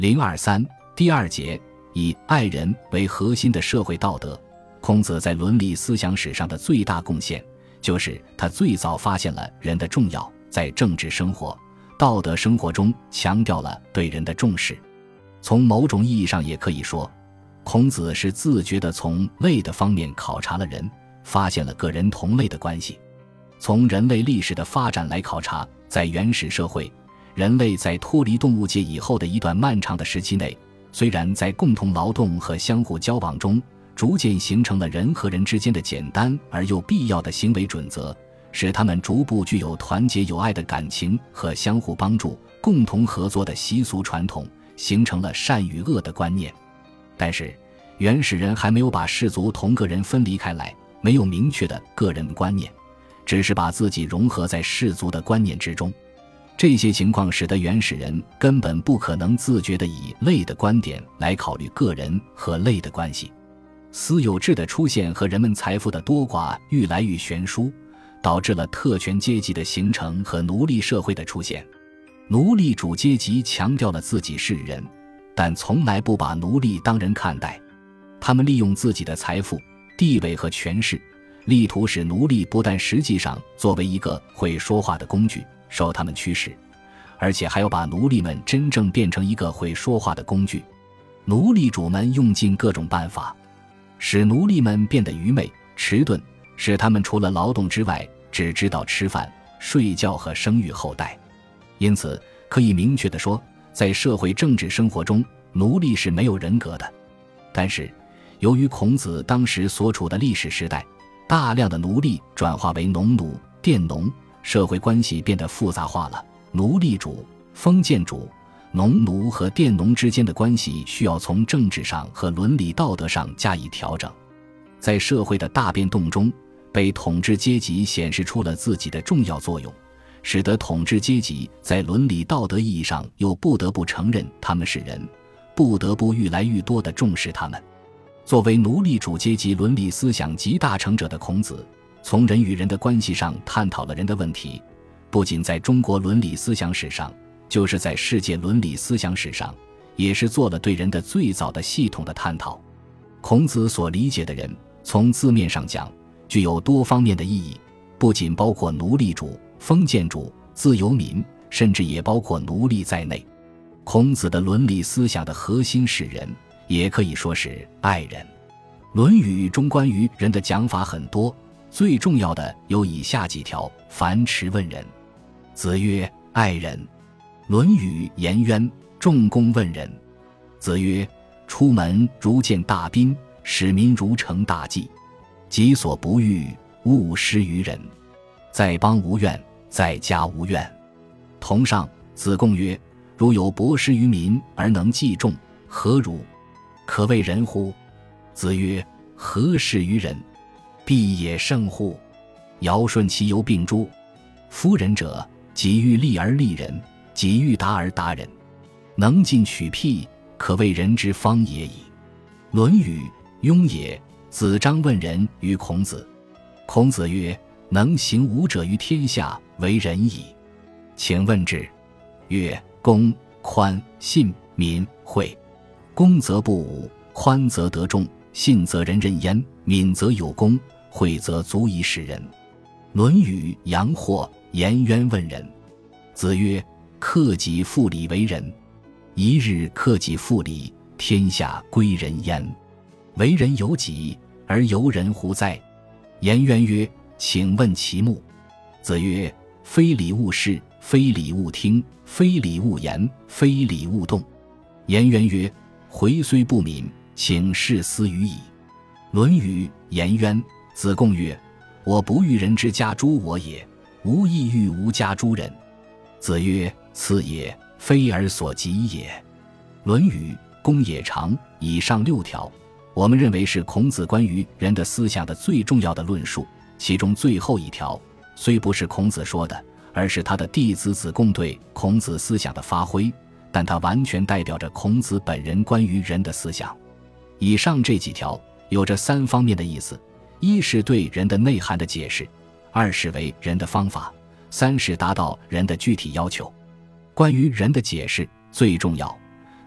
023第二节，以爱人为核心的社会道德。孔子在伦理思想史上的最大贡献，就是他最早发现了人的重要，在政治生活、道德生活中强调了对人的重视。从某种意义上也可以说，孔子是自觉地从类的方面考察了人，发现了个人同类的关系。从人类历史的发展来考察，在原始社会，人类在脱离动物界以后的一段漫长的时期内，虽然在共同劳动和相互交往中逐渐形成了人和人之间的简单而又必要的行为准则，使他们逐步具有团结友爱的感情和相互帮助、共同合作的习俗传统，形成了善与恶的观念。但是原始人还没有把氏族同个人分离开来，没有明确的个人观念，只是把自己融合在氏族的观念之中。这些情况使得原始人根本不可能自觉地以类的观点来考虑个人和类的关系。私有制的出现和人们财富的多寡愈来愈悬殊，导致了特权阶级的形成和奴隶社会的出现。奴隶主阶级强调了自己是人，但从来不把奴隶当人看待。他们利用自己的财富、地位和权势，力图使奴隶不但实际上作为一个会说话的工具受他们驱使，而且还要把奴隶们真正变成一个会说话的工具。奴隶主们用尽各种办法，使奴隶们变得愚昧、迟钝，使他们除了劳动之外，只知道吃饭、睡觉和生育后代。因此，可以明确地说，在社会政治生活中，奴隶是没有人格的。但是，由于孔子当时所处的历史时代，大量的奴隶转化为农奴、佃农，社会关系变得复杂化了。奴隶主、封建主、农奴和佃农之间的关系需要从政治上和伦理道德上加以调整。在社会的大变动中，被统治阶级显示出了自己的重要作用，使得统治阶级在伦理道德意义上又不得不承认他们是人，不得不愈来愈多地重视他们。作为奴隶主阶级伦理思想集大成者的孔子，从人与人的关系上探讨了人的问题，不仅在中国伦理思想史上，就是在世界伦理思想史上，也是做了对人的最早的系统的探讨。孔子所理解的人，从字面上讲，具有多方面的意义，不仅包括奴隶主、封建主、自由民，甚至也包括奴隶在内。孔子的伦理思想的核心是人，也可以说是爱人。论语中关于人的讲法很多，最重要的有以下几条：樊迟问仁。子曰：爱人。论语颜渊，仲弓问仁。子曰：出门如见大宾，使民如承大祭。己所不欲，勿施于人。在邦无怨，在家无怨。同上。子贡曰：如有博施于民而能济众，何如？可谓仁乎？子曰：何事于人？必也胜乎？尧舜其犹并诸。夫仁者，己欲立而立人，己欲达而达人。能进取辟，可谓人之方也已。论语雍也。子张问仁于孔子。孔子曰：能行五者于天下，为仁矣。请问之。曰：公、宽、信、敏、惠。公则不武，宽则得众，信则人任焉，敏则有功，惠则足以使人。论语阳货，颜渊问仁。子曰：克己复礼为仁。一日克己复礼，天下归仁焉。为人由己，而由人乎哉？颜渊曰：请问其目。子曰：非礼勿视，非礼勿听，非礼勿言，非礼勿动。颜渊曰：回虽不敏，请示思语矣。论语颜渊。子贡曰：我不欲人之家诸我也，无亦欲无家诸人。子曰：次也，非尔所及也。论语公冶长。以上6条，我们认为是孔子关于人的思想的最重要的论述。其中最后一条虽不是孔子说的，而是他的弟子子贡对孔子思想的发挥，但它完全代表着孔子本人关于人的思想。以上这几条有着3方面的意思：一是对人的内涵的解释，二是为人的方法，三是达到人的具体要求。关于人的解释最重要，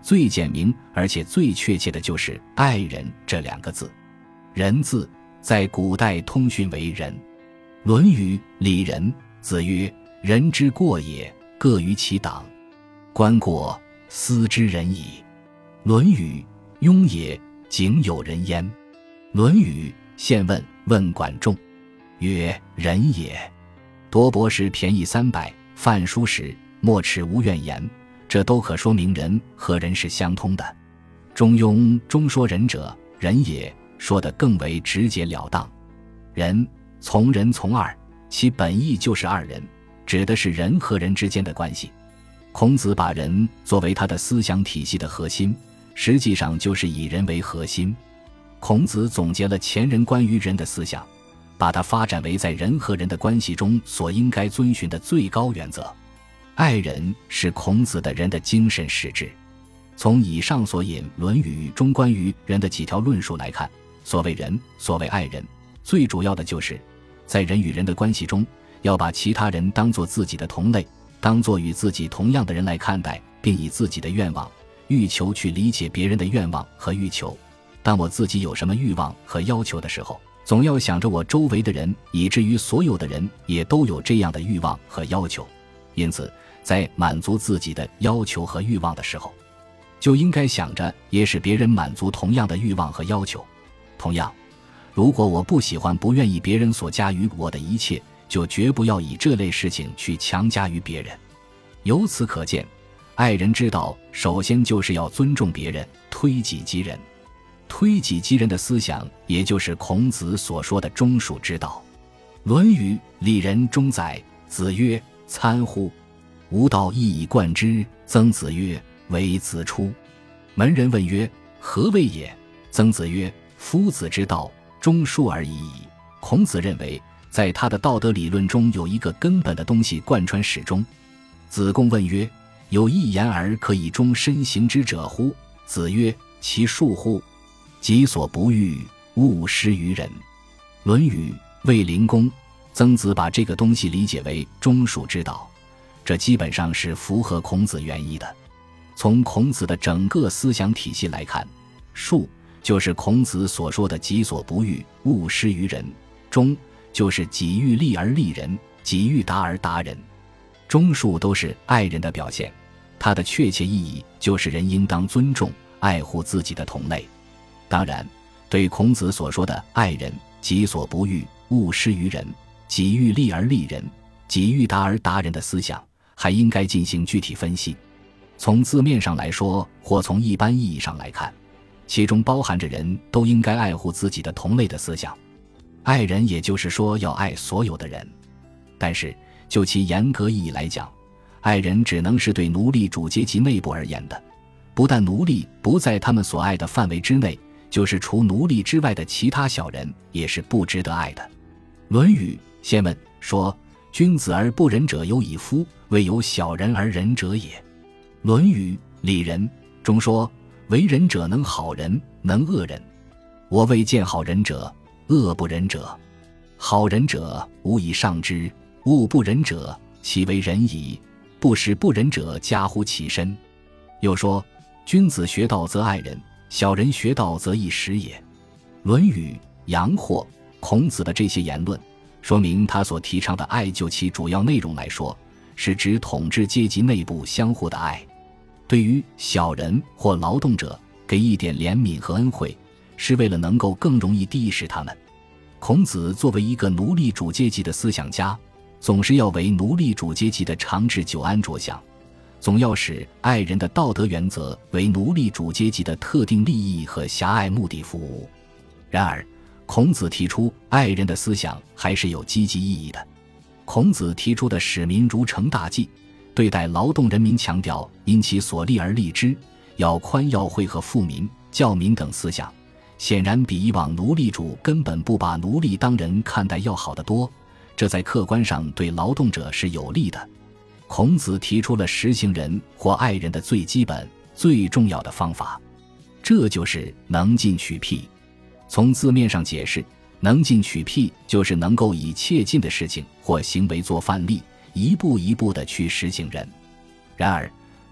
最简明而且最确切的就是爱人这2个字。人字在古代通讯为仁。论语里仁，子曰：人之过也，各于其党。观过，斯之仁矣。论语雍也，井有人焉。论语宪问，问管仲曰：仁也。多博士便宜300，饭疏食，莫齿无怨言。这都可说明人和人是相通的。中庸中说仁者，仁也，说得更为直截了当。仁，从人从二，其本意就是二人，指的是人和人之间的关系。孔子把人作为他的思想体系的核心，实际上就是以人为核心。孔子总结了前人关于人的思想，把它发展为在人和人的关系中所应该遵循的最高原则。爱人是孔子的人的精神实质。从以上所引《论语》中关于人的几条论述来看，所谓人，所谓爱人，最主要的就是在人与人的关系中，要把其他人当作自己的同类，当作与自己同样的人来看待，并以自己的愿望、欲求去理解别人的愿望和欲求。当我自己有什么欲望和要求的时候，总要想着我周围的人，以至于所有的人也都有这样的欲望和要求。因此，在满足自己的要求和欲望的时候，就应该想着也使别人满足同样的欲望和要求。同样，如果我不喜欢、不愿意别人所加于我的一切，就绝不要以这类事情去强加于别人。由此可见，爱人之道首先就是要尊重别人，推己及人。推己及人的思想，也就是孔子所说的忠恕之道。论语里仁中载，子曰：参乎！吾道一以贯之。曾子曰：为子出。门人问曰：何谓也？曾子曰：夫子之道，忠恕而已矣。孔子认为，在他的道德理论中有一个根本的东西贯穿始终。子贡问曰：有一言而可以终身行之者乎？子曰：其恕乎！己所不欲，勿施于人。论语卫灵公。曾子把这个东西理解为忠恕之道，这基本上是符合孔子原意的。从孔子的整个思想体系来看，恕就是孔子所说的己所不欲，勿施于人；忠就是己欲立而立人，己欲达而达人。忠恕都是爱人的表现，它的确切意义就是人应当尊重、爱护自己的同类。当然，对孔子所说的爱人，己所不欲，勿施于人，己欲立而立人，己欲达而达人的思想，还应该进行具体分析。从字面上来说，或从一般意义上来看，其中包含着人都应该爱护自己的同类的思想。爱人也就是说要爱所有的人，但是就其严格意义来讲，爱人只能是对奴隶主阶级内部而言的，不但奴隶不在他们所爱的范围之内，就是除奴隶之外的其他小人也是不值得爱的。论语先问说：君子而不仁者有以夫，未有小人而仁者也。论语里仁中说：为人者能好人，能恶人。我未见好人者，恶不仁者。好人者，吾以上之；恶不仁者，其为仁矣。不使不仁者加乎其身。又说：君子学道则爱人，小人学道则易时也。论语阳货孔子的这些言论，说明他所提倡的爱，就其主要内容来说，是指统治阶级内部相互的爱。对于小人或劳动者，给一点怜悯和恩惠，是为了能够更容易地识他们。孔子作为一个奴隶主阶级的思想家，总是要为奴隶主阶级的长治久安着想，总要使爱人的道德原则为奴隶主阶级的特定利益和狭隘目的服务。然而，孔子提出爱人的思想还是有积极意义的。孔子提出的使民如承大祭，对待劳动人民强调因其所利而利之，要宽要惠和富民、教民等思想，显然比以往奴隶主根本不把奴隶当人看待要好得多，这在客观上对劳动者是有利的。孔子提出了实行人或爱人的最基本、最重要的方法，这就是能进取辟。从字面上解释，能进取辟就是能够以切近的事情或行为做范例，一步一步地去实行人。然而，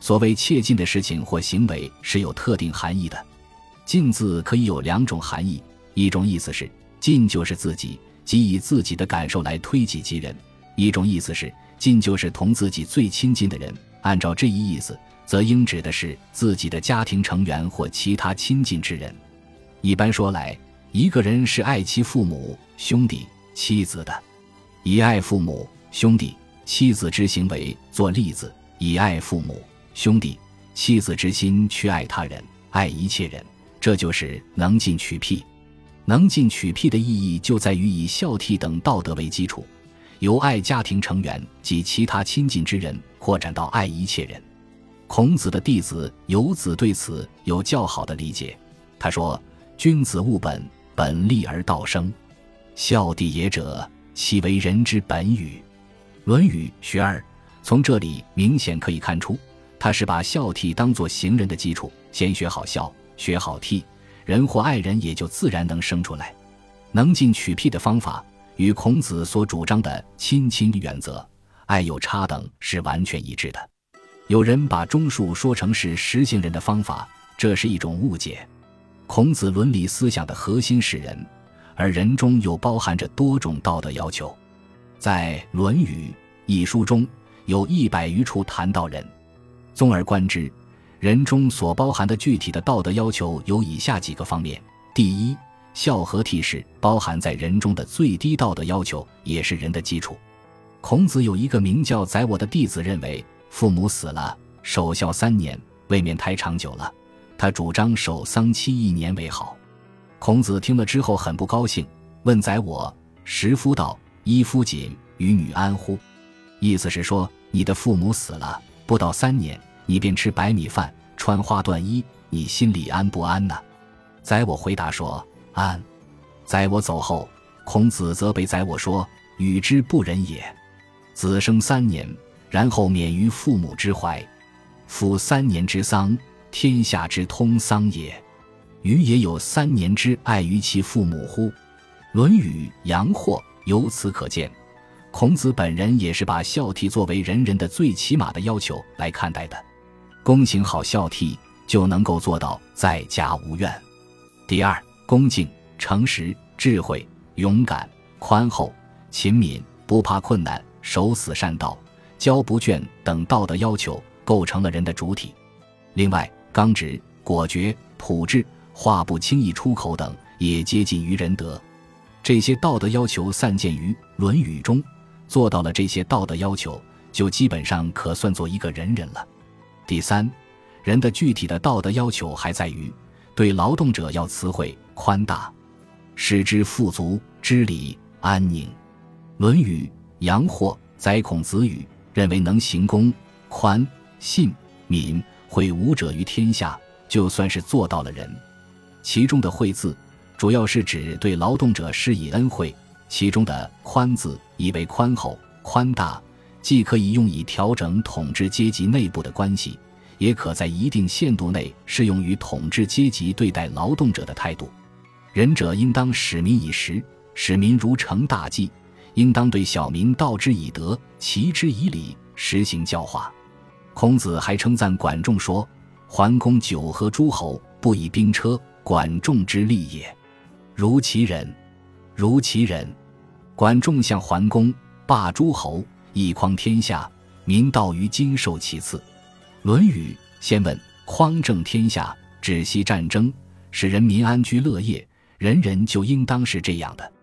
所谓切近的事情或行为是有特定含义的。近字可以有2种含义，一种意思是近就是自己，即以自己的感受来推己及人；一种意思是近就是同自己最亲近的人。按照这一意思，则应指的是自己的家庭成员或其他亲近之人。一般说来，一个人是爱其父母、兄弟、妻子的。以爱父母、兄弟、妻子之行为做例子，以爱父母、兄弟、妻子之心去爱他人，爱一切人，这就是能尽取辟。能尽取辟的意义就在于以孝悌等道德为基础，由爱家庭成员及其他亲近之人扩展到爱一切人。孔子的弟子游子对此有较好的理解，他说：君子务本，本立而道生。孝悌也者，其为人之本与。论语学而，从这里明显可以看出，他是把孝悌当作行人的基础，先学好孝，学好悌，人或爱人也就自然能生出来。能尽取辟的方法与孔子所主张的亲原则、爱有差等是完全一致的。有人把忠恕说成是实行人的方法，这是一种误解。孔子伦理思想的核心是人，而人中又包含着多种道德要求。在《论语》一书中有100余处谈到人。综而观之，人中所包含的具体的道德要求有以下几个方面。第一，孝和悌是包含在人中的最低道德要求，也是人的基础。孔子有一个名叫宰我的弟子认为，父母死了，守孝3年未免太长久了，他主张守丧期1年为好。孔子听了之后很不高兴，问宰我：食夫道，衣夫谨，与女安乎？意思是说，你的父母死了，不到3年，你便吃白米饭，穿花缎衣，你心里安不安呢？宰我回答说：安。宰我走后，孔子责备宰我说：与之不仁也。子生3年，然后免于父母之怀。夫3年之丧，天下之通丧也。予也有3年之爱于其父母乎？论语阳货，由此可见，孔子本人也是把孝悌作为人的最起码的要求来看待的。躬行好孝悌，就能够做到在家无怨。第二，恭敬、诚实、智慧、勇敢、宽厚、勤敏、不怕困难、守死善道、教不倦等道德要求构成了人的主体。另外，刚直、果决、朴质、话不轻易出口等也接近于仁德。这些道德要求散见于《论语》中，做到了这些道德要求，就基本上可算作一个人了。第三，人的具体的道德要求还在于对劳动者要慈惠宽大，使之富足、知礼、安宁。《论语》阳货宰孔子语认为，能行公、宽、信、敏、惠五者于天下，就算是做到了人。其中的惠字主要是指对劳动者施以恩惠，其中的宽字意为宽厚、宽大，既可以用以调整统治阶级内部的关系，也可在一定限度内适用于统治阶级对待劳动者的态度。仁者应当使民以时，使民如承大祭，应当对小民道之以德，齐之以礼，实行教化。孔子还称赞管仲说：桓公9合诸侯，不以兵车，管仲之利也。如其人，如其人。管仲向桓公，霸诸侯，一匡天下，民道于今受其次。论语先问：匡正天下，止息战争，使人民安居乐业，人人就应当是这样的。